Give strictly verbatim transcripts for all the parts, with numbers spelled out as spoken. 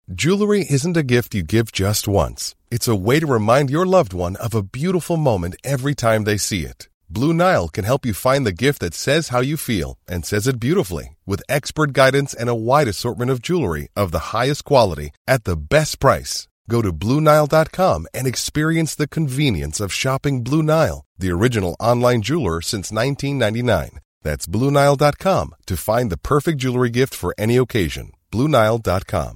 Jewelry isn't a gift you give just once. It's a way to remind your loved one of a beautiful moment every time they see it. Blue Nile can help you find the gift that says how you feel and says it beautifully, with expert guidance and a wide assortment of jewelry of the highest quality at the best price. Go to Blue Nile dot com and experience the convenience of shopping Blue Nile, the original online jeweler since nineteen ninety-nine. That's Blue Nile dot com to find the perfect jewelry gift for any occasion. Blue Nile dot com.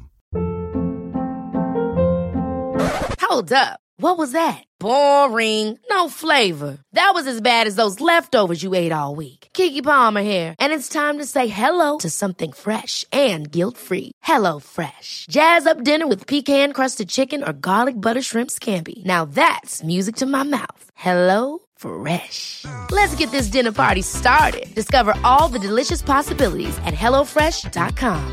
Hold up. What was that? Boring. No flavor. That was as bad as those leftovers you ate all week. Keke Palmer here, and it's time to say hello to something fresh and guilt-free. Hello Fresh. Jazz up dinner with pecan-crusted chicken or garlic butter shrimp scampi. Now that's music to my mouth. Hello Fresh. Let's get this dinner party started. Discover all the delicious possibilities at hello fresh dot com.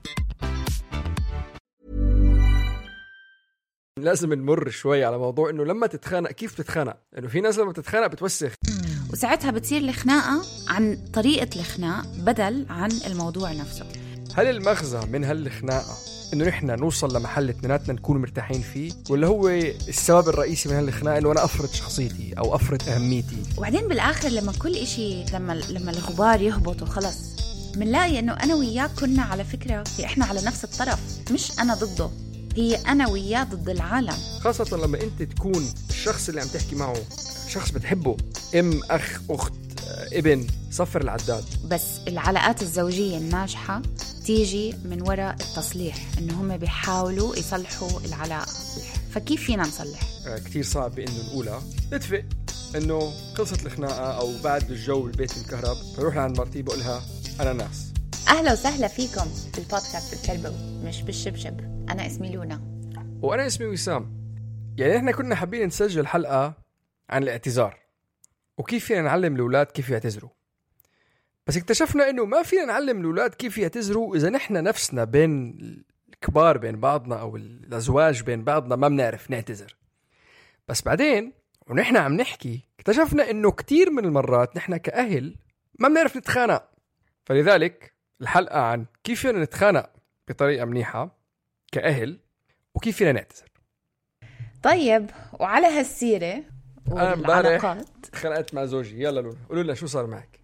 لازم نمر شوي على موضوع إنه لما تتخانق كيف تتخانق، إنه في ناس لما تتخانق بتوسخ، وساعتها بتصير الخناقة عن طريقة الخناق بدل عن الموضوع نفسه. هل المغزى من هالخناقة إنه نحن نوصل لمحل اثنيناتنا نكون مرتاحين فيه، ولا هو السبب الرئيسي من هالخناقة إنه أنا أفرض شخصيتي أو أفرض أهميتي؟ وبعدين بالآخر لما كل إشي لما لما الغبار يهبط وخلص منلاقي إنه أنا وياك كنا على فكرة إحنا على نفس الطرف، مش أنا ضده، هي أنا وياه ضد العالم. خاصة لما أنت تكون الشخص اللي عم تحكي معه شخص بتحبه، أم، أخ، أخت، ابن، صفر العداد. بس العلاقات الزوجية الناجحة تيجي من وراء التصليح، إنه هم بيحاولوا يصلحوا العلاقة. فكيف فينا نصلح؟ كتير صعب بإنه نقولها نتفق إنه خلصت الخناقة أو بعد الجو البيت الكهرب بروح عند مرتي بقولها أنا ناس. أهلا وسهلا فيكم في البودكاست الكلبو مش بالشبشب. أنا اسمي لونا وأنا اسمي وسام. يعني إحنا كنا حابين نسجل حلقة عن الاعتذار وكيف فينا نعلم الأولاد كيف يعتذروا، بس اكتشفنا إنه ما فينا نعلم الأولاد كيف يعتذروا إذا نحن نفسنا بين الكبار بين بعضنا أو الأزواج بين بعضنا ما بنعرف نعتذر. بس بعدين ونحن عم نحكي اكتشفنا إنه كتير من المرات نحن كأهل ما بنعرف نتخانق، فلذلك الحلقة عن كيف فينا نتخانق بطريقة منيحة كأهل وكيف فينا نعتذر. طيب، وعلى هالسيرة والعلاقات خنقت مع زوجي. يلا لونا قولوا لنا شو صار معك.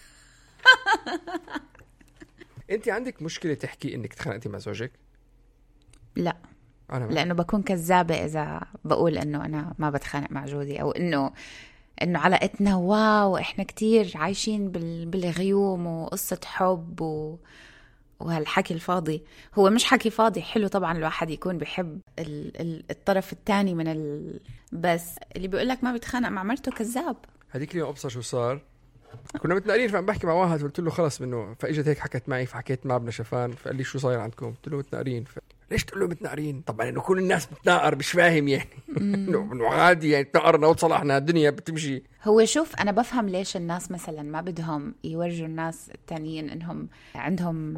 انت عندك مشكلة تحكي انك تخانقتي مع زوجك؟ لا أنا لأنه بكون كذابة إذا بقول إنه أنا ما بتخانق مع جوزي، أو إنه إنه علاقتنا واو إحنا كتير عايشين بالغيوم وقصة حب و... وهالحكي الفاضي. هو مش حكي فاضي، حلو طبعا الواحد يكون بيحب ال... ال... الطرف الثاني من ال... بس اللي بيقولك ما بيتخانق مع مرته كذاب. هذيك اليوم أبصر شو صار، كنا متناقرين فعم بحكي مع واحد قلت له خلص منه، فاجت هيك حكت معي فحكيت مع ابن شفان فقال لي شو صاير عندكم؟ قلت له متناقرين. ف... ليش تقول له متناقرين؟ طبعا انه كل الناس بتناقر مش فاهم يعني انه عادي يعني تناقرنا وتصلحنا الدنيا بتمشي. هو شوف انا بفهم ليش الناس مثلا ما بدهم يورجوا الناس التانيين انهم عندهم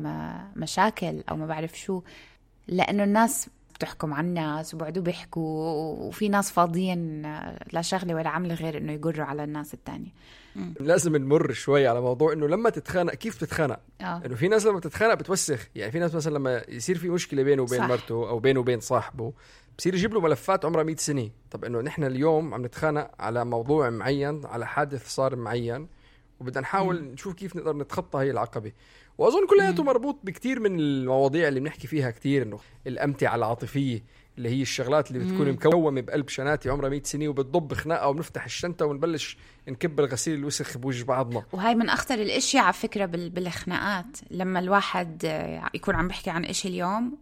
مشاكل او ما بعرف شو، لانه الناس بتحكم عن الناس وبعدوا بيحكوا، وفي ناس فاضيين لا شغله ولا عمل غير انه يجروا على الناس التانية. لازم نمر شوي على موضوع انه لما تتخانق كيف تتخانق. آه. انه في ناس لما تتخانق بتوسخ، يعني في ناس مثلا لما يصير في مشكله بينه وبين مرته او بينه وبين صاحبه بصير يجيب له ملفات عمرها مئة سنه. طب انه نحن اليوم عم نتخانق على موضوع معين، على حادث صار معين، وبدنا نحاول م. نشوف كيف نقدر نتخطى هي العقبه. واظن كلياته مربوط بكتير من المواضيع اللي بنحكي فيها كتير، انه الامتعه العاطفيه اللي هي الشغلات اللي بتكون مكومه بقلب شناتي عمرها مئة سنه وبتضب خناقه وبنفتح الشنطه ونبلش نكب الغسيل الوسخ بوجه بعضنا. وهي من اخطر الاشياء على فكره بالخناقات، لما الواحد يكون عم بيحكي عن إشي اليوم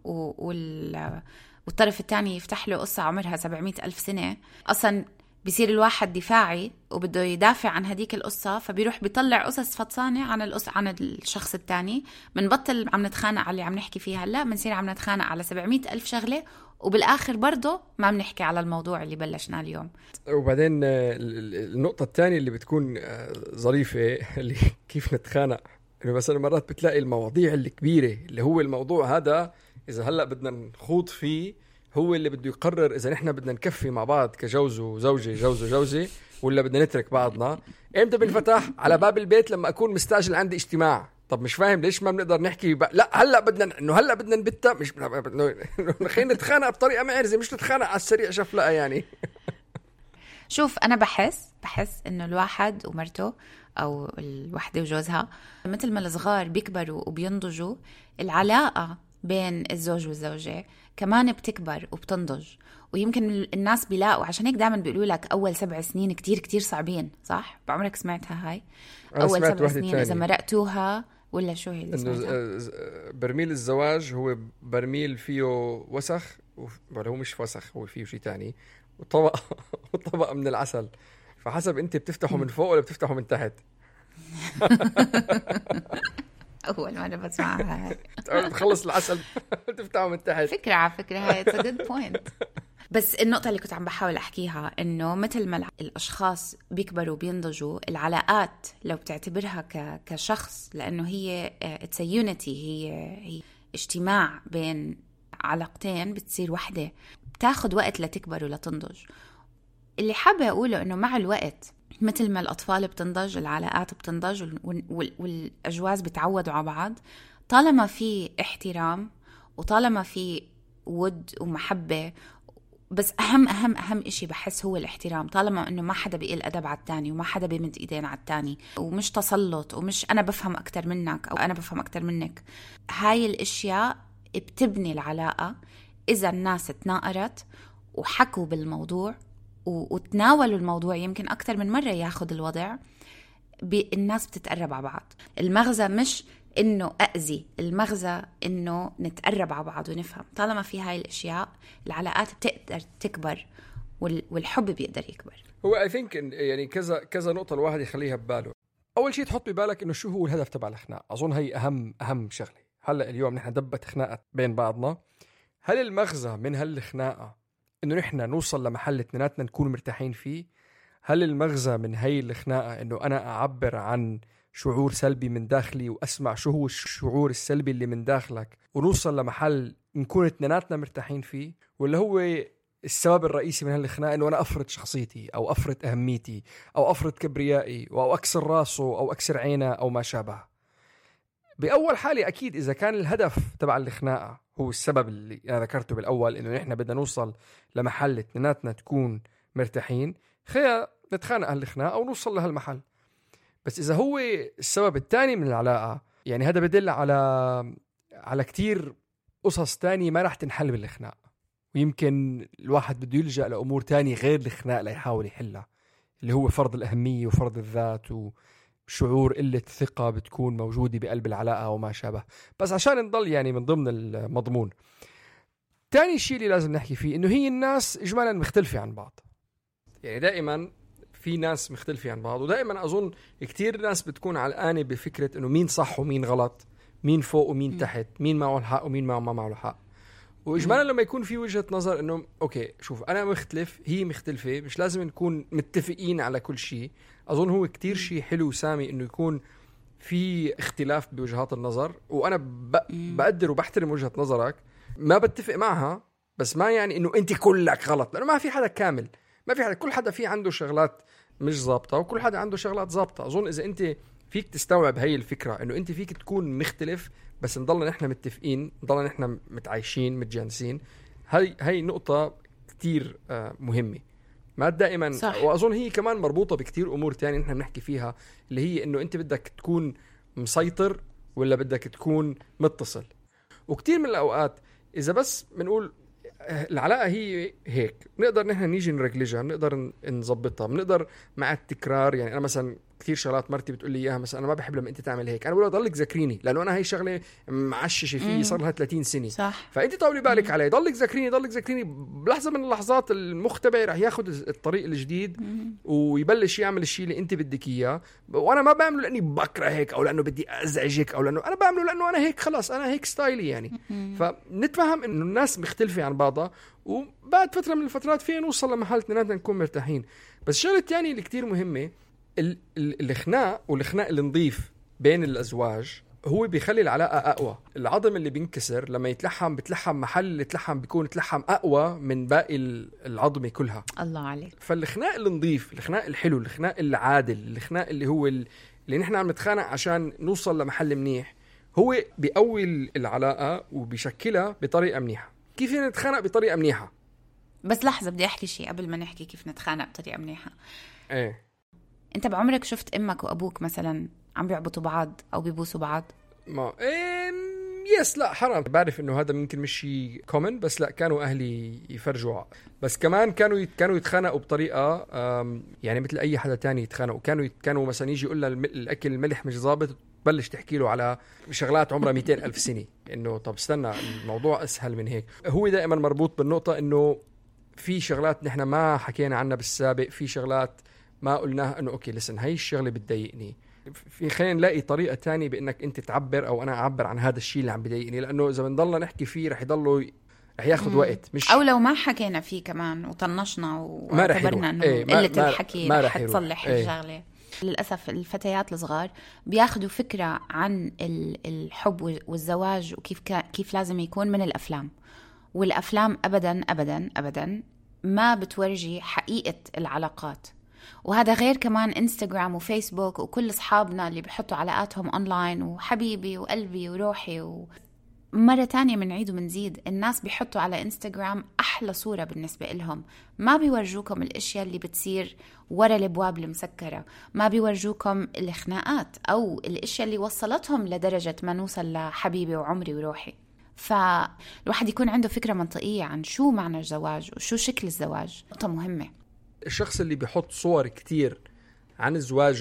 وال والطرف الثاني يفتح له قصه عمرها سبعمئة ألف سنه، اصلا بيصير الواحد دفاعي وبده يدافع عن هديك القصة، فبيروح بيطلع قصص فطسانة عن القصة عن الشخص الثاني. منبطل عم نتخانق على اللي عم نحكي فيها هلا، بنصير عم نتخانق على سبعمئة ألف شغلة، وبالآخر برضه ما بنحكي على الموضوع اللي بلشنا اليوم. وبعدين النقطة الثانية اللي بتكون ظريفة اللي كيف نتخانق، إنه مثلا مرات بتلاقي المواضيع الكبيرة اللي هو الموضوع هذا إذا هلأ بدنا نخوض فيه هو اللي بده يقرر إذا نحن بدنا نكفي مع بعض كجوز وزوجة جوز وجوزة ولا بدنا نترك بعضنا. إمتى بنفتح على باب البيت؟ لما أكون مستعجل عندي اجتماع، طب مش فاهم ليش ما بنقدر نحكي بقى لا هلا بدنا انه هلا بدنا نبتها مش خلينا نتخانق بطريقه معرزه مش نتخانق على السريع شفلقه يعني. شوف أنا بحس بحس إنه الواحد ومرته أو الوحدة وجوزها مثل ما الصغار بيكبروا وبينضجوا، العلاقة بين الزوج والزوجة كمان بتكبر وبتنضج. ويمكن الناس بيلاقوا عشان هيك دائما بيقولوا لك أول سبع سنين كتير كتير صعبين، صح؟ بعمرك سمعتها هاي؟ أول سبع سنين إذا مرقتوها ولا شو هي اللي سمعتها؟ برميل الزواج هو برميل فيه وسخ ولا هو مش وسخ، هو فيه شيء تاني، وطبق وطبق من العسل، فحسب انت بتفتحه من فوق ولا بتفتحه من تحت. أول مرة بسمعها هاي. تخلص العسل بتفتحه من تحت. فكرة على فكرة هاي it's a good point. بس النقطة اللي كنت عم بحاول أحكيها إنه مثل ما الأشخاص بيكبروا وبينضجوا، العلاقات لو بتعتبرها ك كشخص، لأنه هي it's a unity، هي هي اجتماع بين علاقتين بتصير وحدة، بتاخد وقت لتكبر ولتنضج. اللي حابة أقوله إنه مع الوقت مثل ما الأطفال بتنضج، العلاقات بتنضج، والأجواز بتعودوا على بعض، طالما في احترام وطالما في ود ومحبة. بس أهم أهم أهم إشي بحس هو الاحترام، طالما إنه ما حدا بيقل أدب على التاني وما حدا بيمد إيدين على التاني ومش تسلط ومش أنا بفهم أكتر منك أو أنا بفهم أكتر منك. هاي الأشياء بتبني العلاقة إذا الناس تناقرت وحكوا بالموضوع وتناولوا الموضوع يمكن أكتر من مرة ياخد الوضع، الناس بتتقرب على بعض. المغزى مش إنه أأذي، المغزى إنه نتقرب على بعض ونفهم. طالما في هاي الأشياء العلاقات بتقدر تكبر والحب بيقدر يكبر. هو I think يعني كذا كذا نقطة الواحد يخليها بباله. أول شيء تحط ببالك إنه شو هو الهدف تبع الخناق. أظن هي أهم أهم شغلة. هلأ اليوم نحن دبت خناقة بين بعضنا، هل المغزى من هالخناقة إنه نحن نوصل لمحل اثنيناتنا نكون مرتاحين فيه؟ هل المغزى من هاي الخناقة إنه أنا أعبر عن شعور سلبي من داخلي وأسمع شو هو الشعور السلبي اللي من داخلك ونوصل لمحل نكون اثنيناتنا مرتاحين فيه؟ ولا هو السبب الرئيسي من هالخناقة إنه أنا أفرض شخصيتي أو أفرض أهميتي أو أفرض كبريائي أو أكسر راسه أو أكسر عينه أو ما شابه؟ بأول حالة أكيد إذا كان الهدف تبع الخناقة هو السبب اللي أنا ذكرته بالأول، إنه نحن بدنا نوصل لمحل اثنيناتنا تكون مرتاحين، خير نتخانق هالخناقة أو نوصل لهالمحل. بس إذا هو السبب الثاني من العلاقة، يعني هذا بدل على على كتير قصص تانية ما راح تنحل بالخناقة، ويمكن الواحد بده يلجأ لأمور تانية غير الخناقة ليحاول يحلها، اللي هو فرض الأهمية وفرض الذات وشعور قلة ثقة بتكون موجودة بقلب العلاقة وما شابه. بس عشان نضل يعني من ضمن المضمون، تاني شيء اللي لازم نحكي فيه إنه هي الناس إجمالا مختلفة عن بعض. يعني دائما في ناس مختلفة عن بعض، ودائما أظن كتير ناس بتكون علقانة بفكرة إنه مين صح ومين غلط، مين فوق ومين م. تحت، مين معه الحق ومين معه ما معه الحق. وإجمالا لما يكون في وجهة نظر إنه أوكي شوف أنا مختلف هي مختلفة، مش لازم نكون متفقين على كل شيء. أظن هو كتير شيء حلو سامي إنه يكون في اختلاف بوجهات النظر، وأنا بقدر وبحترم وجهة نظرك، ما بتفق معها بس ما يعني إنه أنت كلك غلط، لأنه ما في حدا كامل، ما في حدا، كل حدا فيه عنده شغلات مش ضابطة وكل حدا عنده شغلات ضابطة. أظن إذا أنت فيك تستوعب هاي الفكرة إنه أنت فيك تكون مختلف بس نضلنا نحن متفقين، نضلنا نحن متعايشين متجانسين، هاي هاي نقطة كتير مهمة ما دائما صح. وأظن هي كمان مربوطة بكتير أمور تانية نحن بنحكي فيها، اللي هي إنه أنت بدك تكون مسيطر ولا بدك تكون متصل. وكتير من الأوقات إذا بس بنقول العلاقة هي هيك، بنقدر نحن نيجي نرجلجها، بنقدر نظبطها، بنقدر مع التكرار. يعني أنا مثلا كثير شغلات مرتي بتقول لي إياها، مثلا أنا ما بحب لما أنت تعمل هيك، أنا بقول ضلك ذكريني، لأنه أنا هاي شغلة معششة فيه صار لها ثلاثين سنة صح. فأنت طولي بالك علي، ضلك ذكريني ضلك ذكريني بلحظة من اللحظات المختبئ رح ياخد الطريق الجديد مم. ويبلش يعمل الشيء اللي أنت بدك إياه، وأنا ما بعمله لأني بكره هيك أو لأنه بدي أزعجك أو لأنه أنا بعمله لأنه أنا هيك خلاص أنا هيك ستايلي يعني مم. فنتفهم إنه الناس مختلفة عن بعضها، وبعد فترة من الفترات فينا نوصل لمحل اثنيناتنا نكون مرتاحين. بس الشغلة الثانية اللي كتير مهمة، الخناق والخناق النظيف بين الأزواج هو بيخلي العلاقة أقوى. العظم اللي بينكسر لما يتلحم بتلحم محل اللي تلحم بيكون تلحم أقوى من باقي العظمة كلها. الله عليك. فالخناق النظيف، الخناق الحلو، الخناق العادل، الخناق اللي هو اللي نحن عم نتخانق عشان نوصل لمحل منيح هو بيقوي العلاقة وبيشكلها بطريقة منيحة. كيف نتخانق بطريقة منيحة؟ بس لحظة بدي أحكي شيء قبل ما نحكي كيف نتخانق بطريقة منيحة. ايه أنت بعمرك شفت أمك وأبوك مثلا عم بيعبطوا بعض أو بيبوسوا بعض؟ ما إيه يس لا حرام. بعرف إنه هذا ممكن مش شيء كومن، بس لا كانوا أهلي يفرجوا. بس كمان كانوا كانوا يتخانقوا بطريقة يعني مثل أي حدا تاني يتخانقوا. كانوا كانوا مثلا يجي يقول له الأكل الملح مش ضابط، بلش تحكي له على شغلات عمرها مئتين ألف سنة، إنه طب استنى الموضوع أسهل من هيك. هو دائما مربوط بالنقطة إنه في شغلات نحن ما حكينا عنها بالسابق، في شغلات ما قلناها إنه أوكي لسن هاي الشغلة بتضايقني، في خلينا نلاقي طريقة تانية بإنك أنت تعبر أو أنا أعبر عن هذا الشيء اللي عم بضايقني، لأنه إذا بنضلنا نحكي فيه رح يضله رح ياخد وقت. مش أو لو ما حكينا فيه كمان وطنشنا واعتبرنا إنه ايه قلة الحكي ما رح تصلح ايه. الشغلة. للأسف الفتيات الصغار بياخدوا فكرة عن الحب والزواج وكيف كيف لازم يكون من الأفلام، والأفلام أبدا أبدا أبدا ما بتورجي حقيقة العلاقات. وهذا غير كمان إنستغرام وفيسبوك وكل أصحابنا اللي بيحطوا علاقاتهم أونلاين وحبيبي وقلبي وروحي و... مرة تانية منعيد ومنزيد الناس بيحطوا على إنستغرام أحلى صورة بالنسبة لهم، ما بيورجوكم الأشياء اللي بتصير ورا الأبواب المسكرة، ما بيورجوكم الخناقات أو الأشياء اللي وصلتهم لدرجة ما نوصل لحبيبي وعمري وروحي. فالواحد يكون عنده فكرة منطقية عن شو معنى الزواج وشو شكل الزواج، نقطة مهمة. الشخص اللي بيحط صور كتير عن الزواج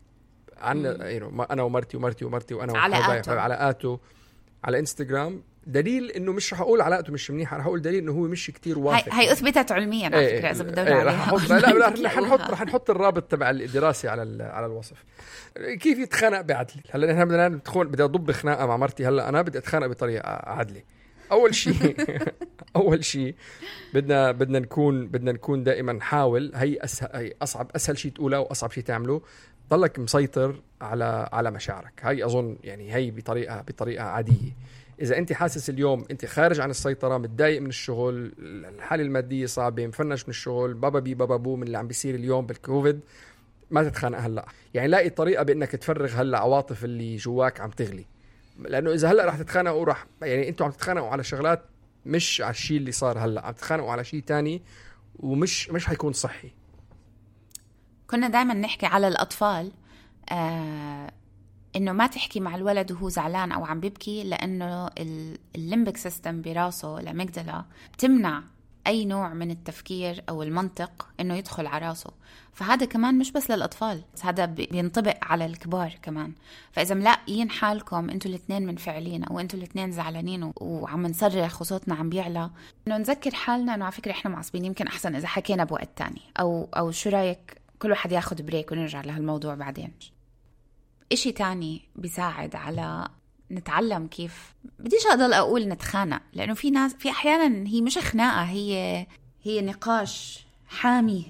عن أنا ومرتي ومرتي ومرتي وأنا علاقاته علاقاته على إنستغرام، دليل إنه مش رح أقول علاقته مش منيحة، رح أقول دليل إنه هو مش كتير وافق. هاي أثبتت علميا على ايه فكرة إذا بدنا ايه عليها. رح لا لا رح نحط رح نحط الرابط تبع الدراسي على على الوصف. كيف يتخانق بعدل؟ هلا نحن بدنا ندخل بدي أضب خناقة مع مرتي. هلا أنا بدي أتخانق بطريقة عادلة. أول شيء أول شيء بدنا بدنا نكون بدنا نكون دائما نحاول. هي أسهل هي أصعب أسهل شيء تقوله وأصعب شيء تعمله، ضلك مسيطر على على مشاعرك. هاي أظن يعني هي بطريقة بطريقة عادية. إذا أنت حاسس اليوم أنت خارج عن السيطرة، متضايق من الشغل، الحالة المادية صعبة، مفنش من الشغل، بابا بي بابا بو من اللي عم بيصير اليوم بالكوفيد، ما تتخانق هلأ. يعني لاقي طريقة بأنك تفرغ هلأ عواطف اللي جواك عم تغلي، لأنه إذا هلأ رح تتخانقوا رح يعني أنتوا عم تتخانقوا على شغلات مش على الشيء اللي صار هلأ، عم تتخانقوا على شيء تاني ومش مش حيكون صحي. كنا دائما نحكي على الأطفال آه إنه ما تحكي مع الولد وهو زعلان أو عم بيبكي، لأنه الليمبك سيستم براسه الأميجدلا بتمنع أي نوع من التفكير أو المنطق إنه يدخل على راسه. فهذا كمان مش بس للأطفال، هذا بينطبق على الكبار كمان. فإذا ملاقيين حالكم أنتوا الاثنين منفعلين أو أنتوا الاثنين زعلانين وعم نصرخ وصوتنا عم بيعلى، إنه نذكر حالنا إنه على فكرة إحنا معصبين، يمكن أحسن إذا حكينا بوقت تاني، أو أو شو رأيك كل واحد ياخد بريك ونرجع لهالموضوع بعدين. إشي تاني بيساعد على نتعلم كيف، بديش أضل أقول نتخانق، لأنه في ناس في أحيانا هي مش خناقة، هي هي نقاش حامي.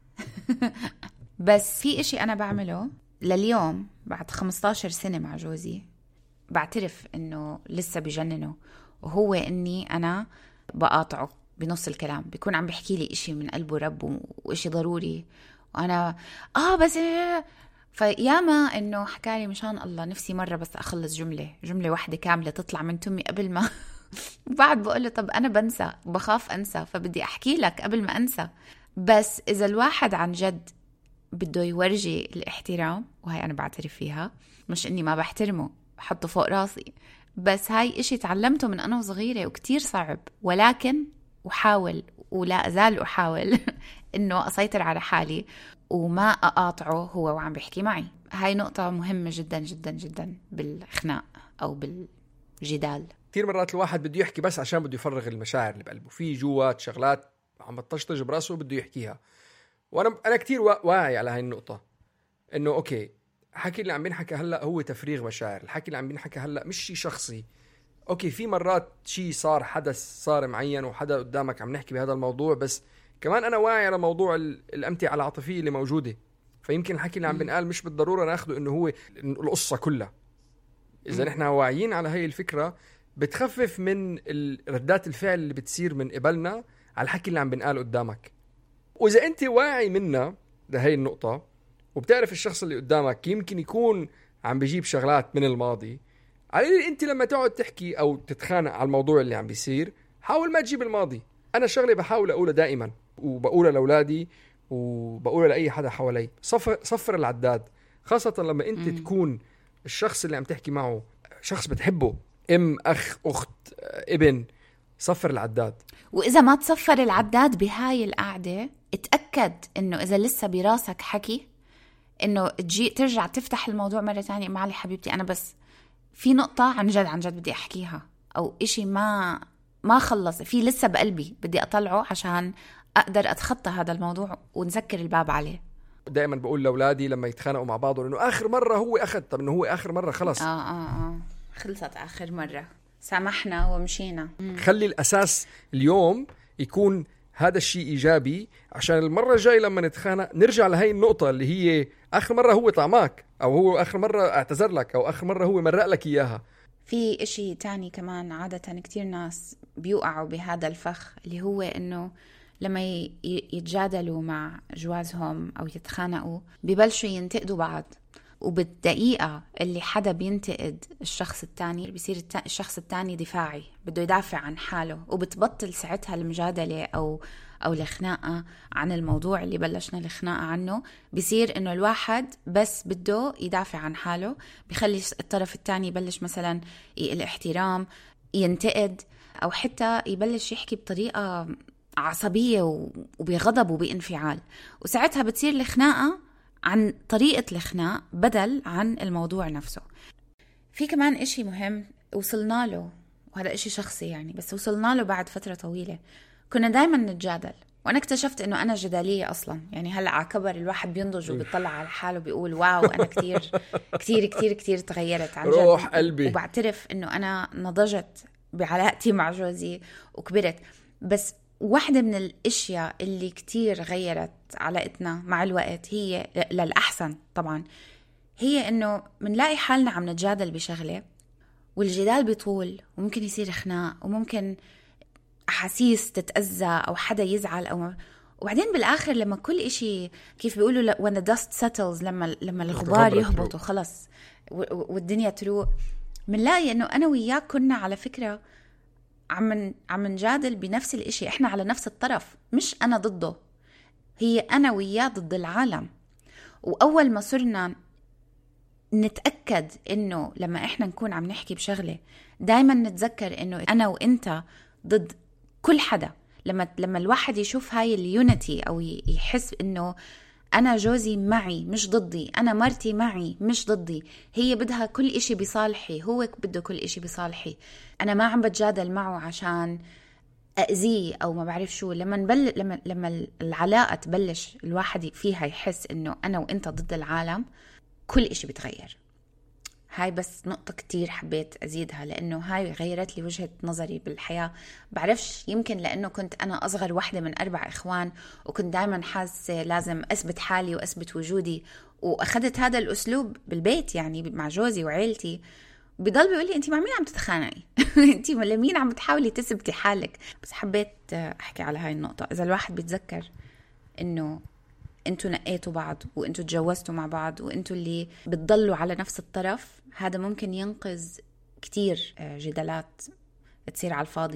بس في إشي أنا بعمله لليوم بعد خمستاشر سنة مع جوزي، بعترف إنه لسه بجننه، وهو إني أنا بقاطعه بنص الكلام، بيكون عم بحكي لي إشي من قلبه رب وإشي ضروري، وأنا آه بس فياما إنه حكالي مشان الله نفسي مرة بس أخلص جملة جملة واحدة كاملة تطلع من تمي قبل ما وبعد بقوله طب أنا بنسى، بخاف أنسى، فبدي أحكي لك قبل ما أنسى. بس إذا الواحد عن جد بده يورجي الاحترام، وهي أنا بعترف فيها، مش إني ما بحترمه بحطه فوق راسي، بس هاي إشي تعلمته من أنا وصغيرة وكتير صعب، ولكن أحاول ولا أزال أحاول إنه أسيطر على حالي وما أقاطعه هو وعم بيحكي معي. هاي نقطة مهمة جدا جدا جدا بالخناق أو بالجدال. كثير مرات الواحد بده يحكي بس عشان بده يفرغ المشاعر اللي بقلبه، في جوات شغلات عم تطشطش براسه وبده يحكيها. وأنا أنا كتير واعي على هاي النقطة، إنه أوكي الحكي اللي عم بينحكى هلأ هو تفريغ مشاعر، الحكي اللي عم بينحكى هلأ مش شيء شخصي. أوكي في مرات شيء صار، حدث صار معين وحدا قدامك عم نحكي بهذا الموضوع، بس كمان أنا واعي على موضوع الأمتعة العاطفية اللي موجودة، فيمكن الحكي اللي عم بنقال مش بالضرورة ناخده إنه هو القصة كلها. إذا نحن واعيين على هاي الفكرة بتخفف من ردات الفعل اللي بتصير من قبلنا على الحكي اللي عم بنقال قدامك. وإذا أنت واعي منا لهي النقطة وبتعرف الشخص اللي قدامك يمكن يكون عم بيجيب شغلات من الماضي، على انت لما تقعد تحكي او تتخانق على الموضوع اللي عم بيصير حاول ما تجيب الماضي. انا شغله بحاول اقولها دائما وبقولها لاولادي وبقولها لاي حدا حوالي، صفر صفر العداد، خاصه لما انت م. تكون الشخص اللي عم تحكي معه شخص بتحبه، ام، اخ، اخت، ابن، صفر العداد. واذا ما تصفر العداد بهاي القعده اتاكد انه اذا لسه براسك حكي انه تجي ترجع تفتح الموضوع مره ثانيه. معلي حبيبتي انا بس في نقطه عن جد عن جد بدي احكيها، او اشي ما ما خلص في لسه بقلبي بدي اطلعه عشان اقدر اتخطى هذا الموضوع ونسكر الباب عليه. دائما بقول لاولادي لما يتخانقوا مع بعض انه اخر مره هو اخذ، طب انه هو اخر مره خلص اه اه اه خلصت اخر مره، سامحنا ومشينا. مم. خلي الاساس اليوم يكون هذا الشيء ايجابي، عشان المره الجايه لما نتخانق نرجع لهي النقطه اللي هي اخر مره هو طعماك، او هو اخر مره اعتذر لك، او اخر مره هو مرق لك اياها. في اشي تاني كمان عاده كتير ناس بيوقعوا بهذا الفخ، اللي هو انه لما يتجادلوا مع جوازهم أو يتخانقوا ببلشوا ينتقدوا بعض، وبالدقيقة اللي حدا بينتقد الشخص التاني بيصير الشخص التاني دفاعي، بده يدافع عن حاله، وبتبطل ساعتها المجادلة أو أو الخناقة عن الموضوع اللي بلشنا الخناقة عنه. بيصير إنه الواحد بس بده يدافع عن حاله، بيخلي الطرف التاني يبلش مثلا الاحترام، ينتقد، أو حتى يبلش يحكي بطريقة عصبية وبغضب وبانفعال، وساعتها بتصير الخناقة عن طريقة الخناق بدل عن الموضوع نفسه. في كمان اشي مهم وصلنا له، وهذا اشي شخصي يعني، بس وصلنا له بعد فترة طويلة. كنا دايما نتجادل، وانا اكتشفت انه انا جدالية اصلا. يعني هلا على كبر الواحد بينضج وبيطلع على حاله وبيقول واو انا كتير كتير كتير كتير تغيرت عن جد، روح قلبي، وبعترف انه انا نضجت بعلاقتي مع جوزي وكبرت. بس واحدة من الاشياء اللي كتير غيرت علاقتنا مع الوقت هي للأحسن طبعا، هي انه منلاقي حالنا عم نتجادل بشغلة، والجدال بيطول، وممكن يصير خناق، وممكن أحاسيس تتأذى أو حدا يزعل، أو وبعدين بالآخر لما كل إشي كيف بيقولوا when the dust settles، لما لما الغبار يهبط وخلص والدنيا تروق، منلاقي انه انا وياك كنا على فكرة عم عم نجادل بنفس الاشي، احنا على نفس الطرف، مش انا ضده، هي انا وياه ضد العالم. واول ما صرنا نتأكد انه لما احنا نكون عم نحكي بشغلة دايما نتذكر انه انا وانت ضد كل حدا، لما لما الواحد يشوف هاي اليونتي او يحس انه أنا جوزي معي مش ضدي، أنا مرتي معي مش ضدي، هي بدها كل إشي بصالحي، هو بده كل إشي بصالحي، أنا ما عم بتجادل معه عشان أأذيه أو ما بعرف شو. لما نبل لما لما العلاقة تبلش الواحد فيها يحس إنه أنا وإنت ضد العالم، كل إشي بتغير. هاي بس نقطة كتير حبيت أزيدها، لأنه هاي غيرت لي وجهة نظري بالحياة. بعرفش، يمكن لأنه كنت أنا أصغر واحدة من أربع إخوان، وكنت دايما حاسة لازم أثبت حالي وأثبت وجودي، وأخذت هذا الأسلوب بالبيت يعني مع جوزي وعيلتي. بيضل بيقول لي أنت مع مين عم تتخانقي؟ أنت لمين عم تحاولي تثبتي حالك؟ بس حبيت أحكي على هاي النقطة. إذا الواحد بيتذكر إنه انتوا نقيتوا بعض وانتوا تجوزتوا مع بعض وانتوا اللي بتضلوا على نفس الطرف، هذا ممكن ينقذ كتير جدالات تصير على الفاضي.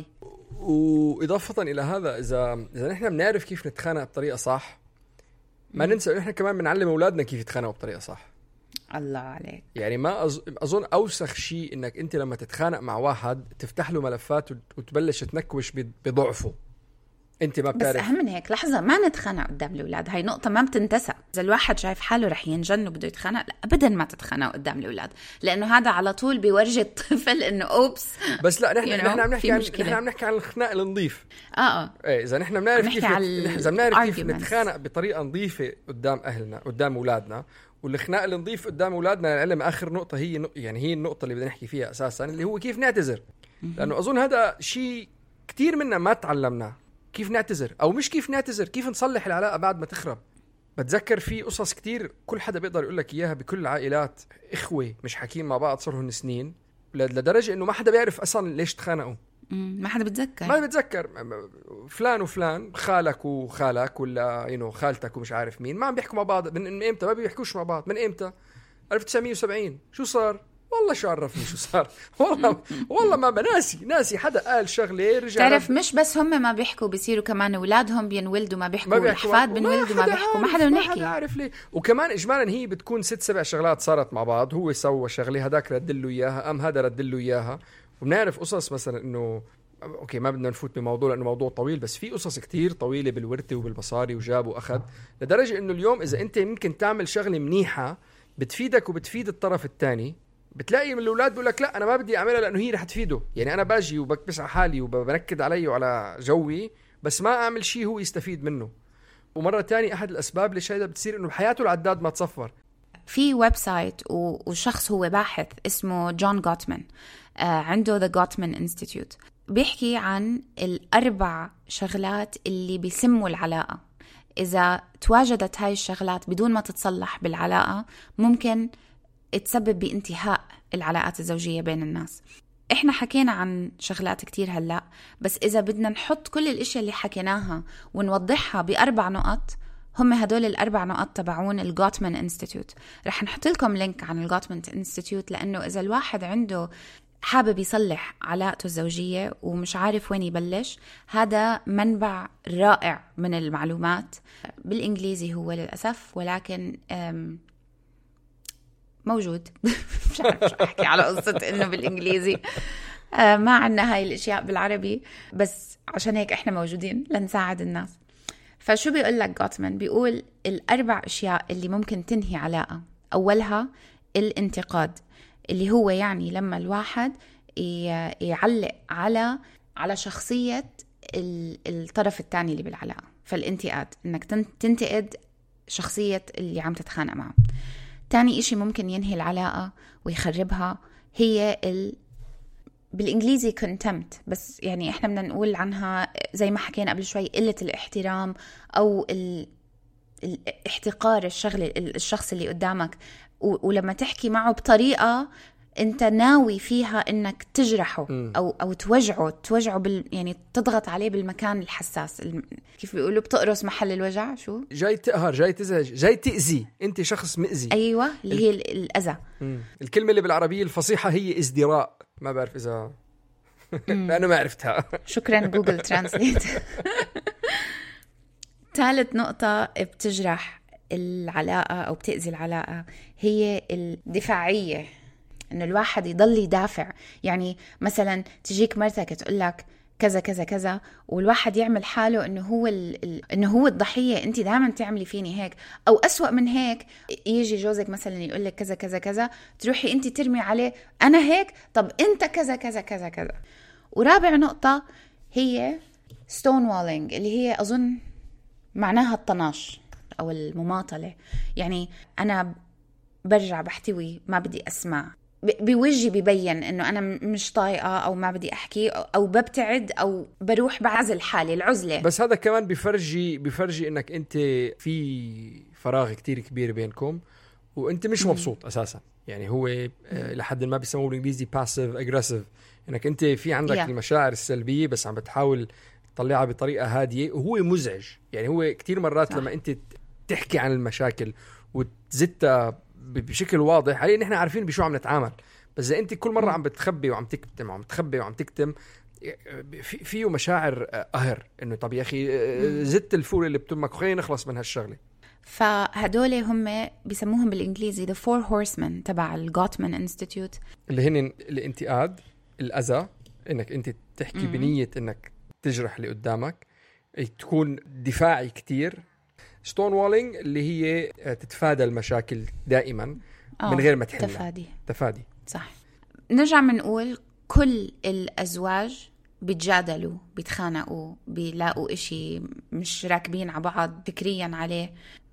وإضافة إلى هذا، إذا إذا نحن بنعرف كيف نتخانق بطريقة صح، ما م. ننسى إن إحنا كمان بنعلم أولادنا كيف يتخانقوا بطريقة صح. الله عليك. يعني ما أظ... أظن أوسخ شيء إنك أنت لما تتخانق مع واحد تفتح له ملفات وتبلش تنكوش بضعفه. انت ما بتعرف. بس اهم من هيك لحظه، ما نتخانق قدام الاولاد، هاي نقطه ما بتنتسى. اذا الواحد شايف حاله رح ينجن وبده يتخانق، لا ابدا ما تتخانق قدام الاولاد، لانه هذا على طول بيورجي الطفل انه اوبس. بس لا، نحن نحن عم نحكي عن نحن عم نحكي عن الخناق النظيف. اه اه ايه اذا نحن بنعرف كيف اذا بنعرف كيف نتخانق بطريقه نظيفه قدام اهلنا قدام اولادنا، والخناق النظيف قدام اولادنا العلم اخر نقطه هي نق... يعني هي النقطه اللي بدنا نحكي فيها اساسا، اللي هو كيف نعتذر. لانه اظن هذا شيء كتير منا ما تعلمناه، كيف نعتذر، او مش كيف نعتذر، كيف نصلح العلاقه بعد ما تخرب. بتذكر في قصص كتير كل حدا بيقدر يقول لك اياها بكل العائلات، اخوه مش حاكين مع بعض صاروا سنين لدرجه انه ما حدا بيعرف اصلا ليش تخانقوا. ما حدا بتذكر ما بتذكر فلان وفلان، خالك وخالك ولا ينو خالتك ومش عارف مين، ما عم بيحكوا مع بعض من امتى؟ ما بيحكوش مع بعض من امتى؟ ألف وتسعمية وسبعين. شو صار؟ والله شو عرفني شو صار. والله والله ما بناسي ناسي حدا قال شغله رجع. تعرف مش بس هم ما بيحكوا، بيصيروا كمان اولادهم بينولدوا ما بيحكوا، الاحفاد بينولدوا ما بيحكوا، ما حدا بنحكي. ما حدا عارف ليه. وكمان اجمالا هي بتكون ست سبع شغلات صارت مع بعض، هو سوى شغله هداك رد له اياها، ام هذا رد له اياها. وبنعرف قصص مثلا انه اوكي ما بدنا نفوت بموضوع لانه موضوع طويل، بس في قصص كتير طويله بالورثه وبالمصاري وجاب واخذ، لدرجه انه اليوم اذا انت ممكن تعمل شغله منيحه بتفيدك وبتفيد الطرف الثاني، بتلاقي من الاولاد بيقول لك لا انا ما بدي اعملها لانه هي رح تفيده. يعني انا باجي وبكبس على حالي وبنكد علي وعلى جوي، بس ما اعمل شيء هو يستفيد منه. ومره تانية احد الاسباب ليش هيدا بتصير انه بحياته العداد ما تصفر. في ويب سايت وشخص هو باحث اسمه جون غوتمان، آه عنده The Gottman Institute، بيحكي عن الأربع شغلات اللي بيسموا العلاقة. إذا تواجدت هاي الشغلات بدون ما تتصلح بالعلاقة ممكن تسبب بانتهاء العلاقات الزوجية بين الناس. إحنا حكينا عن شغلات كتير هلأ، بس إذا بدنا نحط كل الأشياء اللي حكيناها ونوضحها بأربع نقط، هم هدول الأربع نقط تبعون الغوتمان انستيتيوت. رح نحط لكم لينك عن الغوتمان انستيتيوت، لأنه إذا الواحد عنده حابب يصلح علاقته الزوجية ومش عارف وين يبلش، هذا منبع رائع من المعلومات. بالإنجليزي هو للأسف، ولكن موجود. مش عارف شو أحكي على قصة إنه بالإنجليزي ما عنا هاي الأشياء بالعربي، بس عشان هيك إحنا موجودين لنساعد الناس. فشو بيقول لك غوتمان؟ بيقول الأربع أشياء اللي ممكن تنهي علاقة. أولها الانتقاد، اللي هو يعني لما الواحد يعلق على على شخصية الطرف الثاني اللي بالعلاقة. فالانتقاد إنك تنتقد شخصية اللي عم تتخانق معه. تاني إشي ممكن ينهي العلاقة ويخربها هي ال... بالإنجليزي contempt، بس يعني إحنا بدنا نقول عنها زي ما حكينا قبل شوي قلة الاحترام أو ال... الاحتقار الشغل الشخص اللي قدامك، و... ولما تحكي معه بطريقة أنت ناوي فيها إنك تجرحه أو أو توجعه توجعه بال يعني تضغط عليه بالمكان الحساس، الم... كيف بيقولوا بتقرص محل الوجع، شو جاي تقهر جاي تزعج جاي تأذي، أنت شخص مأذي. أيوة اللي هي ال... الأذى. مم. الكلمة اللي بالعربية الفصيحة هي ازدراء، ما بعرف إذا أنا ما عرفتها. شكرا جوجل ترانسليت. ثالث نقطة بتجرح العلاقة أو بتأذي العلاقة هي الدفاعية، إنه الواحد يضل يدافع. يعني مثلا تجيك مرتك تقول لك كذا كذا كذا، والواحد يعمل حاله إنه هو ال... إنه هو الضحية، أنت دائما تعملي فيني هيك. أو أسوأ من هيك، يجي جوزك مثلا يقول لك كذا كذا كذا، تروحي أنت ترمي عليه أنا هيك، طب أنت كذا كذا كذا كذا. ورابع نقطة هي stonewalling، اللي هي أظن معناها الطناش أو المماطلة. يعني أنا برجع بحتوي، ما بدي أسمع، بوجهي ببين إنه أنا مش طايقة أو ما بدي أحكي، أو ببتعد أو بروح بعزل حالي العزلة. بس هذا كمان بيفرجي بيفرجي إنك أنت في فراغ كتير كبير بينكم وأنت مش مبسوط أساسا. يعني هو لحد ما بيسموه بالإنجليزي passive aggressive، إنك أنت في عندك yeah. المشاعر السلبية بس عم بتحاول تطلعها بطريقة هادية، وهو مزعج. يعني هو كتير مرات صح. لما أنت تحكي عن المشاكل وتزتها بشكل واضح، عليه نحن عارفين بشو عم نتعامل، بس إذا أنت كل مرة عم بتخبي وعم تكتم وعم تخبي وعم تكتم، في فيه مشاعر قهر إنه طب يا أخي زدت الفول اللي بتمك، خلينا نخلص من هالشغلة. فهدول هم بيسموهم بالإنجليزي the four horsemen تبع الغوتمان انستيتيوت، اللي هن الانتقاد، الأذى، إنك أنت تحكي م- بنية إنك تجرح اللي قدامك، تكون دفاعي كتير، ستون وولينج اللي هي تتفادى المشاكل دائما من غير ما تحلها، تفادي تفادي صح. نرجع منقول كل الأزواج بيتجادلوا، بيتخانقوا، بيلاقوا إشي مش راكبين على بعض فكريا عليه،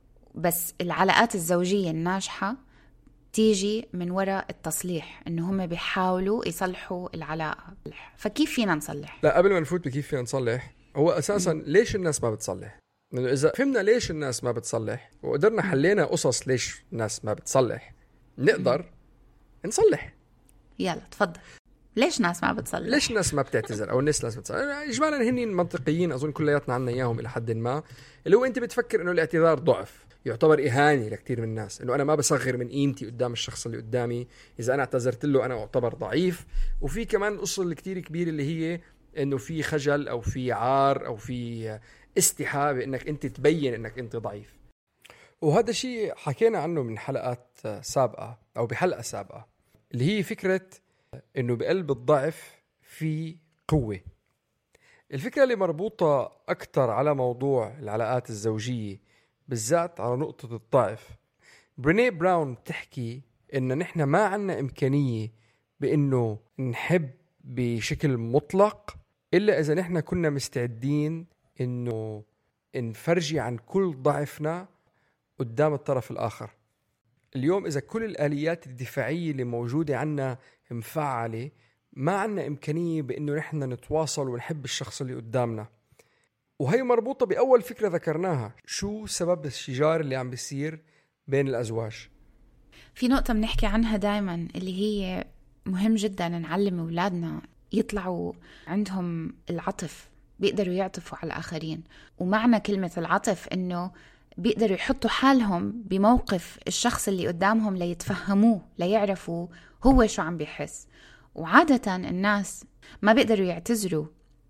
بس العلاقات الزوجية الناجحة تيجي من وراء التصليح، إنه هم بيحاولوا يصلحوا العلاقة. فكيف فينا نصلح؟ لا قبل ما نفوت بكيف فينا نصلح، هو أساسا م- ليش الناس ما بتصلح؟ لأنه إذا فهمنا ليش الناس ما بتصلح وقدرنا حلينا قصص ليش الناس ما بتصلح، نقدر م- نصلح. يلا تفضل. ليش ناس ما بتصلح؟ ليش الناس ما بتعتذر او الناس لازم تصلح؟ اجمالا هني منطقيين اظن كلياتنا عنا اياهم الى حد ما، اللي هو انت بتفكر انه الاعتذار ضعف، يعتبر اهانه لكثير من الناس، انه انا ما بصغر من قيمتي قدام الشخص اللي قدامي اذا انا اعتذرت له انا اعتبر ضعيف. وفي كمان القصه اللي كثير كبيره اللي هي انه في خجل او في عار او في استحاء بانك انت تبين انك انت ضعيف. وهذا شيء حكينا عنه من حلقات سابقه او بحلقه سابقه، اللي هي فكره انه بقلب الضعف في قوه. الفكره اللي مربوطه اكثر على موضوع العلاقات الزوجيه بالذات على نقطه الضعف. بريني براون بتحكي إن نحن ما عنا إمكانية بإنه نحب بشكل مطلق إلا إذا نحن كنا مستعدين إنه نفرجي عن كل ضعفنا قدام الطرف الآخر. اليوم إذا كل الآليات الدفاعية اللي موجودة عنا مفعلة، ما عنا إمكانية بإنه نحن نتواصل ونحب الشخص اللي قدامنا. وهي مربوطة بأول فكرة ذكرناها، شو سبب الشجار اللي عم بيصير بين الأزواج. في نقطة بنحكي عنها دايما اللي هي مهم جدا نعلم أولادنا يطلعوا عندهم العطف، بيقدروا يعطفوا على الآخرين. ومعنى كلمة العطف إنه بيقدروا يحطوا حالهم بموقف الشخص اللي قدامهم ليتفهموه، ليعرفوا هو شو عم بيحس. وعادة الناس ما بيقدروا يعتذروا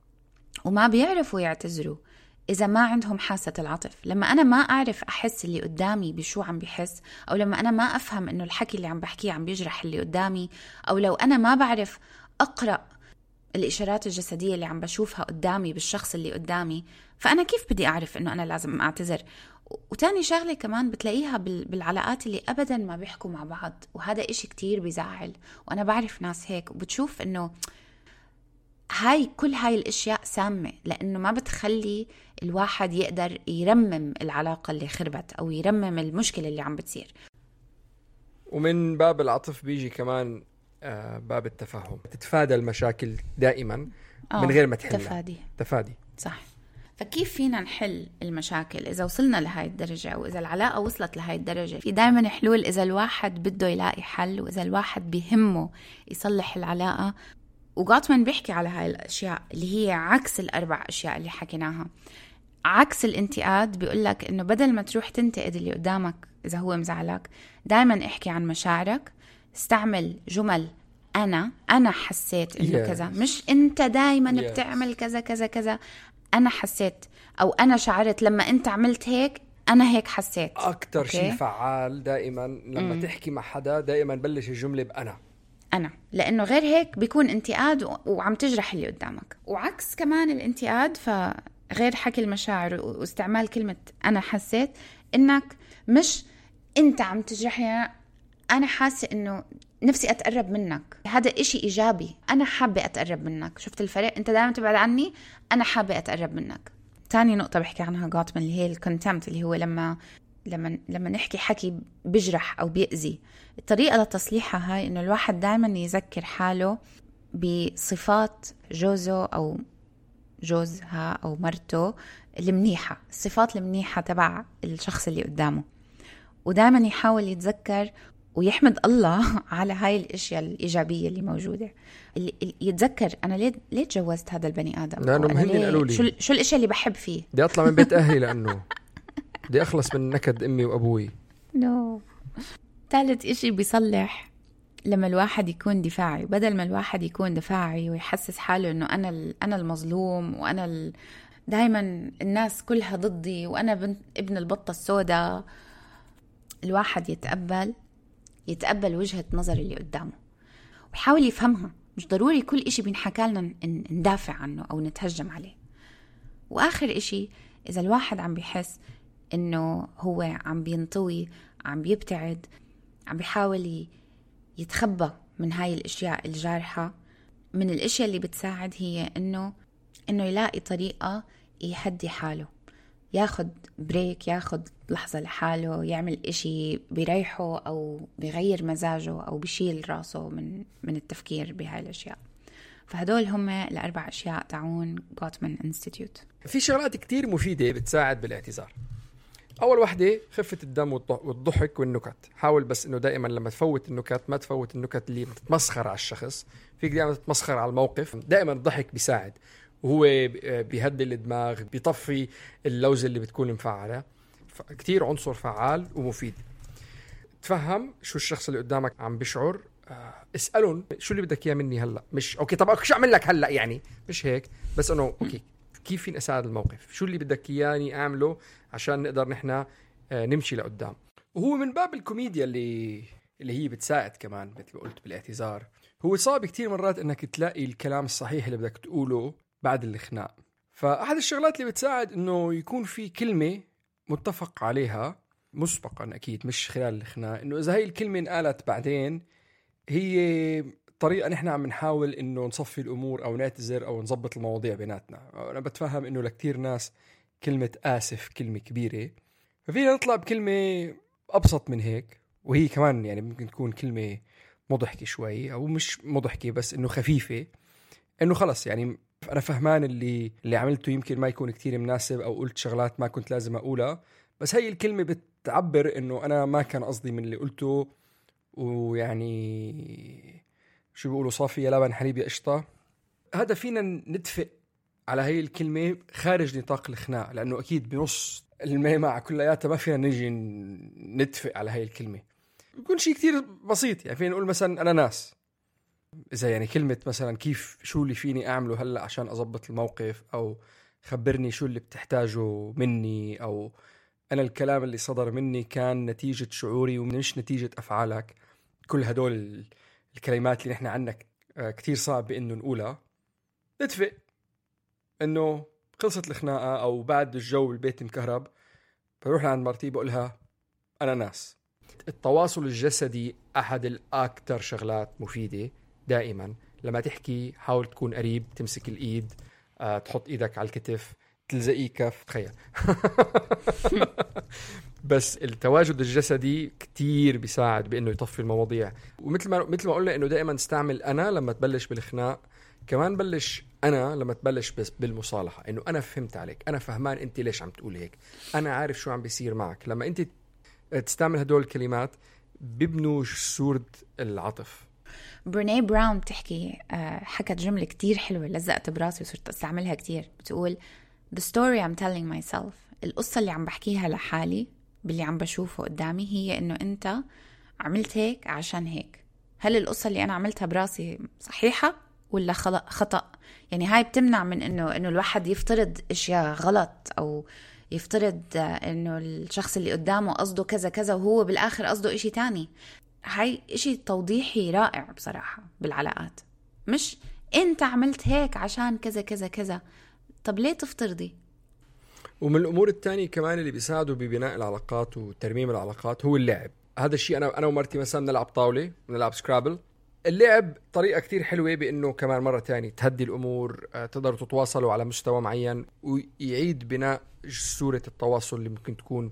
وما بيعرفوا يعتذروا إذا ما عندهم حاسة العطف. لما أنا ما أعرف أحس اللي قدامي بشو عم بيحس، أو لما أنا ما أفهم إنه الحكي اللي عم بحكيه عم بيجرح اللي قدامي، أو لو أنا ما بعرف أقرأ الإشارات الجسدية اللي عم بشوفها قدامي بالشخص اللي قدامي، فأنا كيف بدي أعرف إنه أنا لازم أعتذر؟ وتاني شغلة كمان بتلاقيها بالعلاقات اللي أبدا ما بيحكوا مع بعض، وهذا إشي كتير بيزعل. وأنا بعرف ناس هيك، وبتشوف إنه هاي كل هاي الاشياء سامة، لانه ما بتخلي الواحد يقدر يرمم العلاقة اللي خربت او يرمم المشكلة اللي عم بتصير. ومن باب العطف بيجي كمان آه باب التفاهم، تتفادى المشاكل دائما من غير ما تحلها. تفادي تفادي صح. فكيف فينا نحل المشاكل إذا وصلنا لهاي الدرجة، أو إذا العلاقة وصلت لهاي الدرجة؟ في دايما حلول إذا الواحد بده يلاقي حل، وإذا الواحد بيهمه يصلح العلاقة. وغوتمان بيحكي على هاي الأشياء اللي هي عكس الأربع أشياء اللي حكيناها. عكس الانتقاد بيقولك إنه بدل ما تروح تنتقد اللي قدامك إذا هو مزعلك، دايما احكي عن مشاعرك، استعمل جمل أنا أنا حسيت إنه yes. كذا، مش أنت دايما yes. بتعمل كذا كذا كذا. أنا حسيت أو أنا شعرت لما أنت عملت هيك، أنا هيك حسيت. أكتر شيء فعال دائما لما م. تحكي مع حدا دائما بلش الجملة بأنا أنا، لأنه غير هيك بيكون انتقاد وعم تجرح اللي قدامك. وعكس كمان الانتقاد، فغير حكي المشاعر واستعمال كلمة أنا حسيت، إنك مش أنت عم تجرحني، أنا حاسة إنه نفسي أتقرب منك، هذا إشي إيجابي، أنا حابة أتقرب منك. شفت الفرق؟ أنت دائما تبعد عني، أنا حابة أتقرب منك. تاني نقطة بحكي عنها غوتمان اللي هي الكونتمت، اللي هو لما لما لما نحكي حكي بجرح أو بيأذي. الطريقة لتصليحها هاي إنه الواحد دائما يذكر حاله بصفات جوزه أو جوزها أو مرته المنيحة، الصفات المنيحة تبع الشخص اللي قدامه، ودائما يحاول يتذكر ويحمد الله على هاي الاشياء الايجابيه اللي موجوده. اللي يتذكر انا ليه ليه تجوزت هذا البني ادم، لانه مهني قالوا لي شو شو الاشياء اللي بحب فيه، بدي اطلع من بيت اهلي لانه بدي اخلص من نكد امي وابوي. نو no. ثالث اشي بيصلح لما الواحد يكون دفاعي، بدل ما الواحد يكون دفاعي ويحسس حاله انه انا انا المظلوم، وانا ال... دايما الناس كلها ضدي، وانا بنت ابن البطه السوداء. الواحد يتقبل يتقبل وجهة نظر اللي قدامه ويحاول يفهمها. مش ضروري كل إشي بينحكى لنا ندافع عنه أو نتهجم عليه. وآخر إشي، إذا الواحد عم بيحس إنه هو عم بينطوي، عم بيبتعد، عم بيحاول يتخبى من هاي الأشياء الجارحة، من الأشياء اللي بتساعد هي إنه إنه يلاقي طريقة يهدي حاله، ياخد بريك، ياخد لحظة لحاله، يعمل إشي بيريحه أو بيغير مزاجه أو بيشيل راسه من من التفكير بهاي الأشياء. فهدول هم الأربع أشياء تعون غوتمان انستيتيوت. في شغلات كتير مفيدة بتساعد بالاعتذار. اول وحده خفه الدم والضحك والنكت. حاول بس انه دائما لما تفوت النكت ما تفوت النكت اللي بتتمسخر على الشخص، فيك دائما تتمسخر على الموقف. دائما الضحك بيساعد وهو بيهدي الدماغ، بيطفي اللوزه اللي بتكون مفعله. كتير عنصر فعال ومفيد. تفهم شو الشخص اللي قدامك عم بيشعر، اسألهم شو اللي بدك اياه مني هلا، مش اوكي طب شو اعمل لك هلا، يعني مش هيك، بس انه اوكي كيف فين اساعد الموقف، شو اللي بدك اياني اعمله عشان نقدر نحن نمشي لقدام. وهو من باب الكوميديا اللي اللي هي بتساعد كمان مثل ما قلت بالاعتذار. هو صعب كتير مرات انك تلاقي الكلام الصحيح اللي بدك تقوله بعد الخناق، فاحد الشغلات اللي بتساعد انه يكون في كلمة متفق عليها مسبقا، اكيد مش خلال الخناق، انه اذا هي الكلمة انقالت بعدين هي طريقة نحن عم نحاول إنه نصفي الأمور أو نعتذر أو نظبط المواضيع بيناتنا. أنا بتفهم إنه لكتير ناس كلمة آسف كلمة كبيرة، ففينا نطلع بكلمة أبسط من هيك، وهي كمان يعني ممكن تكون كلمة مضحكة شوي أو مش مضحكة بس إنه خفيفة، إنه خلص يعني أنا فهمان اللي اللي عملته يمكن ما يكون كتير مناسب أو قلت شغلات ما كنت لازم أقولها، بس هي الكلمة بتعبر إنه أنا ما كان قصدي من اللي قلته، ويعني شو بيقولوا صافي يا لبن حليب يا قشطة. هذا فينا نتفق على هاي الكلمة خارج نطاق الخناق، لأنه أكيد بنص المجمع كلياتها ما فينا نجي نتفق على هاي الكلمة. بيكون شيء كتير بسيط، يعني فينا نقول مثلا أنا ناس، إذا يعني كلمة مثلا كيف شو اللي فيني أعمله هلأ عشان أضبط الموقف، أو خبرني شو اللي بتحتاجه مني، أو أنا الكلام اللي صدر مني كان نتيجة شعوري ومش نتيجة أفعالك. كل هدول الكلمات اللي نحن عنا كتير صعب بإنه نقولها. نتفق إنه خلصت الخناقة أو بعد الجو البيت مكهرب، بروح لعند مرتي بقولها أنا ناس. التواصل الجسدي أحد الأكثر شغلات مفيدة. دائما لما تحكي حاول تكون قريب، تمسك الإيد، أه، تحط إيدك على الكتف، تلزقي كف، تخيل. بس التواجد الجسدي كتير بيساعد بانه يطفي المواضيع. ومثل ما مثل ما قلنا انه دائما نستعمل انا لما تبلش بالخناق، كمان بلش انا لما تبلش بس بالمصالحه، انه انا فهمت عليك، انا فهمان انت ليش عم تقول هيك، انا عارف شو عم بيصير معك. لما انت تستعمل هدول الكلمات بيبنوا صورة العطف. بريني براون بتحكي حكت جملة كتير حلوة لزقت براسي وصرت استعملها كتير. بتقول The story I'm telling myself، القصة اللي عم بحكيها لحالي باللي عم بشوفه قدامي هي إنه أنت عملت هيك عشان هيك. هل القصة اللي أنا عملتها براسي صحيحة ولا خطأ؟ يعني هاي بتمنع من إنه إنه الواحد يفترض إشياء غلط، أو يفترض إنه الشخص اللي قدامه قصده كذا كذا وهو بالآخر قصده إشي تاني. هاي إشي توضيحي رائع بصراحة بالعلاقات، مش أنت عملت هيك عشان كذا كذا كذا. طب ليه تفترضي؟ ومن الأمور التانية كمان اللي بيساعدوا ببناء العلاقات وترميم العلاقات هو اللعب. هذا الشيء أنا أنا ومرتي مثلا نلعب طاولة، نلعب سكرابل. اللعب طريقة كتير حلوة بأنه كمان مرة تانية تهدي الأمور، تقدروا تتواصلوا على مستوى معين، ويعيد بناء صورة التواصل اللي ممكن تكون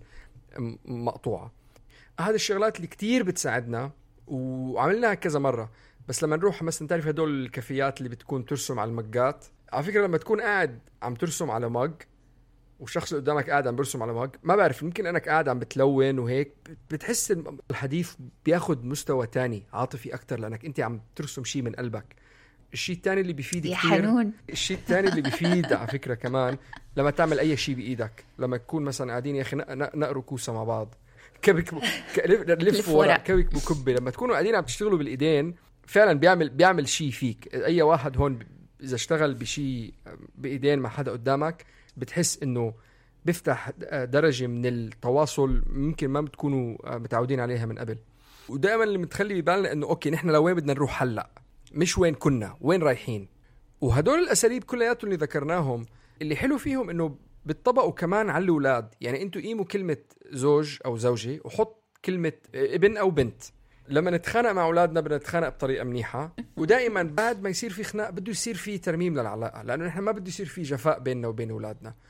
مقطوعة. هذه الشغلات اللي كتير بتساعدنا وعملناها كذا مرة. بس لما نروح مثلا تعرف هدول الكافيات اللي بتكون ترسم على المجات، على فكرة لما تكون قاعد عم ترسم على مج والشخص اللي قدامك قاعد عم برسم على مج، ما بعرف يمكن انك قاعد عم بتلون وهيك بتحس الحديث بياخد مستوى تاني عاطفي اكتر، لانك انت عم ترسم شيء من قلبك. الشيء الثاني اللي بيفيد يا كتير، حنون. الشيء الثاني اللي بيفيد على فكرة كمان لما تعمل اي شيء بايدك، لما تكون مثلا قاعدين يا اخي نقروا كوسة مع بعض، كبك لف ورا كبك بكبه، لما تكونوا قاعدين عم تشتغلوا بالايدين فعلا بيعمل بيعمل شيء فيك. اي واحد هون اذا اشتغل بشيء بايدين مع حدا قدامك بتحس انه بيفتح درجة من التواصل ممكن ما بتكونوا متعودين عليها من قبل. ودائما اللي متخلي ببالنا انه اوكي نحن لوين بدنا نروح هلا، مش وين كنا، وين رايحين. وهدول الاساليب كلياتهم اللي ذكرناهم اللي حلو فيهم انه بتطبقوا كمان على الاولاد. يعني انتوا قيموا كلمة زوج او زوجة وحط كلمة ابن او بنت. لما نتخانق مع اولادنا بدنا نتخانق بطريقه منيحه، ودائما بعد ما يصير في خناق بده يصير في ترميم للعلاقه، لانه نحن ما بده يصير في جفاء بيننا وبين اولادنا.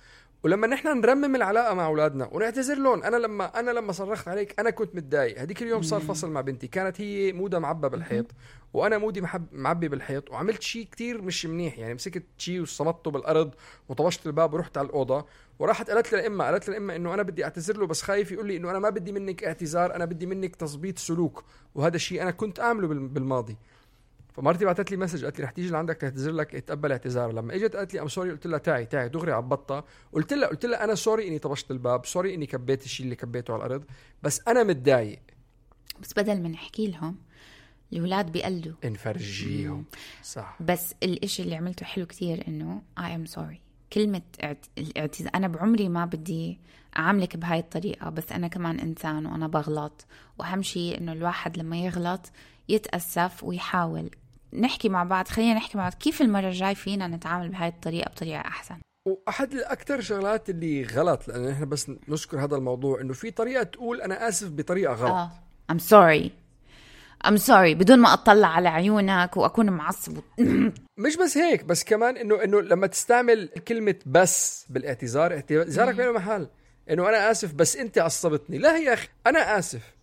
ولما نحن نرمم العلاقه مع اولادنا ونعتذر لهم، انا لما انا لما صرخت عليك انا كنت متضايق، هذيك اليوم صار فصل مع بنتي، كانت هي مودها معبى بالحيط وانا مودي محب معبي بالحيط، وعملت شيء كتير مش منيح، يعني مسكت شيء وصمته بالارض وطبشت الباب ورحت على الاوضه، وراحت قالت للامه قالت للامه انه انا بدي اعتذر له بس خايف يقول لي انه انا ما بدي منك اعتذار، انا بدي منك تظبيط سلوك، وهذا الشيء انا كنت اعمله بالماضي. فمرتي بعثت لي مسج قالت لي رح تيجي لعندك تعتذر لك، اتقبل اعتذار. لما اجت قالت لي ام سوري، قلت لها تعي تعي دغري عبطتها، قلت لها قلت لها انا سوري اني طبشت الباب، سوري اني كبيت الشيء اللي كبيته على الارض، بس انا متضايق. بس بدل ما نحكي لهم الأولاد بيقلدوا، نفرجيهم. صح. بس الاشي اللي عملته حلو كتير انه I am sorry. كلمة الاعتذار، انا بعمري ما بدي اعاملك بهاي الطريقة، بس انا كمان انسان وانا بغلط، واهم شيء انه الواحد لما يغلط يتأسف ويحاول نحكي مع بعض، خلينا نحكي مع بعض كيف المرة الجاي فينا نتعامل بهاي الطريقة بطريقة احسن. واحد الاكثر شغلات اللي غلط، لان احنا بس نذكر هذا الموضوع، انه في طريقة تقول انا اسف بطريقة غلط. اه I'm sorry I'm sorry بدون ما اطلع على عيونك واكون معصب. مش بس هيك، بس كمان انه انه لما تستعمل كلمة بس بالاعتذار، اعتذارك بينه محل انه انا اسف بس انت عصبتني. لا يا اخي انا اسف.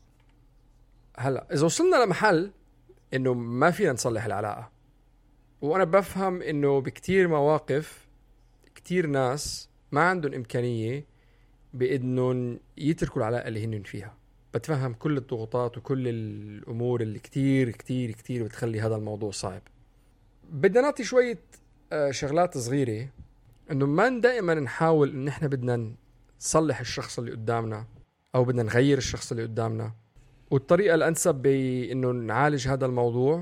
هلا اذا وصلنا لمحل انه ما فينا نصلح العلاقة، وانا بفهم انه بكتير مواقف كتير ناس ما عندهم امكانية بانهم يتركوا العلاقة اللي هن فيها، بتفهم كل الضغوطات وكل الامور اللي كتير كتير كتير بتخلي هذا الموضوع صعب. بدنا نعطي شوية شغلات صغيرة، انه ما دائما نحاول ان احنا بدنا نصلح الشخص اللي قدامنا او بدنا نغير الشخص اللي قدامنا، والطريقة الانسب بانه نعالج هذا الموضوع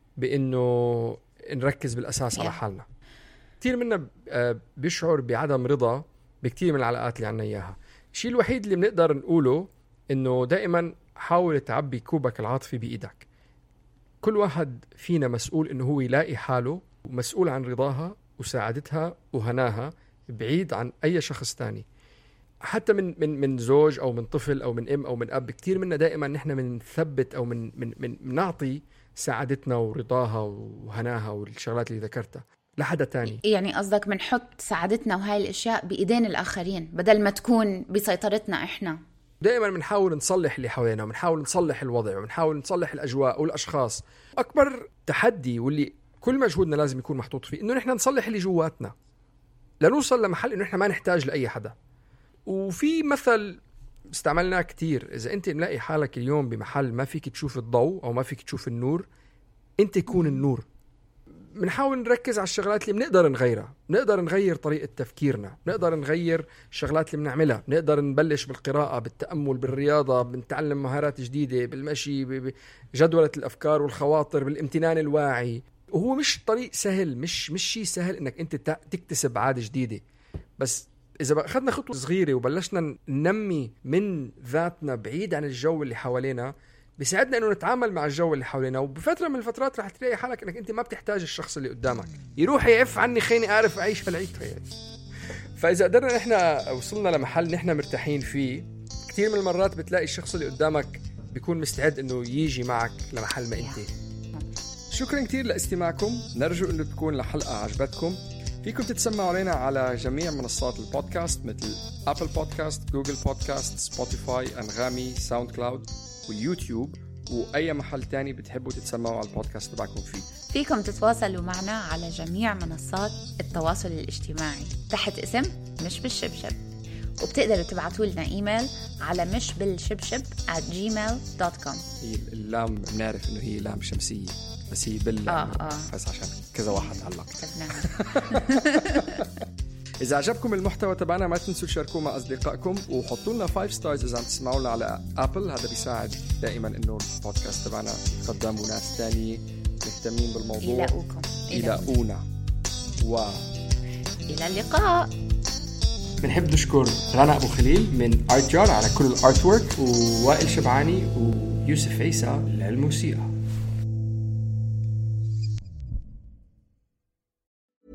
بانه نركز بالاساس yeah. على حالنا. كتير منا بيشعر بعدم رضا بكتير من العلاقات اللي عنا اياها. الشيء الوحيد اللي بنقدر نقوله انه دائما حاول تعبي كوبك العاطفي بايدك. كل واحد فينا مسؤول انه هو يلاقي حاله ومسؤول عن رضاها وسعادتها وهناها بعيد عن اي شخص تاني، حتى من من من زوج او من طفل او من ام او من اب. كتير منا دائما نحن بنثبت او من من من نعطي سعادتنا ورضاها وهناها والشغلات اللي ذكرتها لحدا تاني. يعني قصدك بنحط سعادتنا وهاي الاشياء بايدين الاخرين بدل ما تكون بسيطرتنا احنا. دائما بنحاول نصلح اللي حوالينا وبنحاول نصلح الوضع وبنحاول نصلح الأجواء والأشخاص. أكبر تحدي واللي كل مجهودنا لازم يكون محطوط فيه إنه نحن نصلح اللي جواتنا لنوصل لمحل إنه نحن ما نحتاج لأي حدا. وفي مثل استعملناه كتير، إذا أنت ملاقي حالك اليوم بمحل ما فيك تشوف الضوء أو ما فيك تشوف النور، أنت كون النور. بنحاول نركز على الشغلات اللي بنقدر نغيرها، بنقدر نغير طريقة تفكيرنا، بنقدر نغير الشغلات اللي بنعملها، بنقدر نبلش بالقراءة، بالتأمل، بالرياضة، بنتعلم مهارات جديدة، بالمشي، بجدولة الأفكار والخواطر، بالامتنان الواعي. وهو مش طريق سهل، مش مش شيء سهل إنك أنت تكتسب عادة جديدة، بس إذا أخذنا خطوة صغيرة وبلشنا ننمي من ذاتنا بعيد عن الجو اللي حوالينا، بيساعدنا انه نتعامل مع الجو اللي حوالينا. وبفتره من الفترات رح تلاقي حالك انك انت ما بتحتاج الشخص اللي قدامك يروح يعف عني خيني اعرف اعيش هالعيشه يعني. فاذا قدرنا احنا وصلنا لمحل نحن مرتاحين فيه، كثير من المرات بتلاقي الشخص اللي قدامك بيكون مستعد انه يجي معك لمحل ما انت. شكرا كثير لاستماعكم، نرجو انه تكون الحلقه عجبتكم. فيكم تتسمعوا علينا على جميع منصات البودكاست مثل ابل بودكاست، جوجل بودكاست، سبوتيفاي، انغامي، ساوند كلاود واليوتيوب، وأي محل تاني بتحبوا تتسمعوا على البودكاست تبعكم فيه. فيكم تتواصلوا معنا على جميع منصات التواصل الاجتماعي تحت اسم مش بالشبشب، وبتقدروا تبعتوا لنا إيميل على مش بالشبشب at gmail dot com. هي اللام بنعرف إنه هي لام شمسية بس هي بالله آه آه. بس عشان كذا واحد علق. كتبناها. إذا عجبكم المحتوى تبعنا ما تنسوا تشاركوه مع أصدقائكم وحطوا لنا فايف ستارز إذا عم تسمعوا لنا على أبل. هذا بيساعد دائما إنه البودكاست تبعنا يقدم وناس تانية مهتمين بالموضوع يلاقوكم يلاقونا. و إلى اللقاء. بنحب نشكر رنا أبو خليل من آرت جار على كل الآرت وورك، ووائل شبعاني ويوسف عيسى للموسيقى.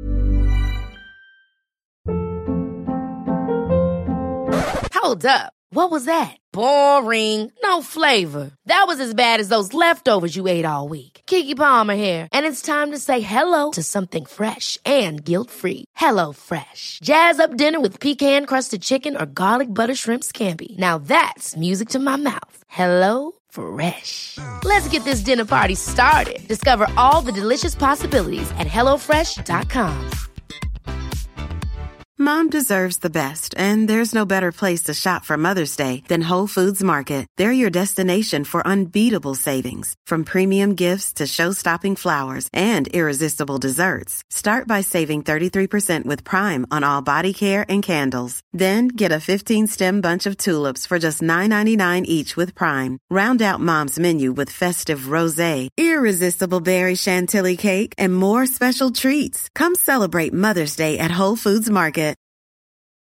Hold up. What was that? Boring. No flavor. That was as bad as those leftovers you ate all week. Keke Palmer here, and it's time to say hello to something fresh and guilt-free. Hello Fresh. Jazz up dinner with pecan-crusted chicken or garlic butter shrimp scampi. Now that's music to my mouth. Hello Fresh. Let's get this dinner party started. Discover all the delicious possibilities at hello fresh dot com. Mom deserves the best, and there's no better place to shop for Mother's Day than Whole Foods Market. They're your destination for unbeatable savings, from premium gifts to show-stopping flowers and irresistible desserts. Start by saving thirty-three percent with Prime on all body care and candles. Then get a fifteen-stem bunch of tulips for just nine ninety-nine each with Prime. Round out Mom's menu with festive rosé, irresistible berry chantilly cake, and more special treats. Come celebrate Mother's Day at Whole Foods Market.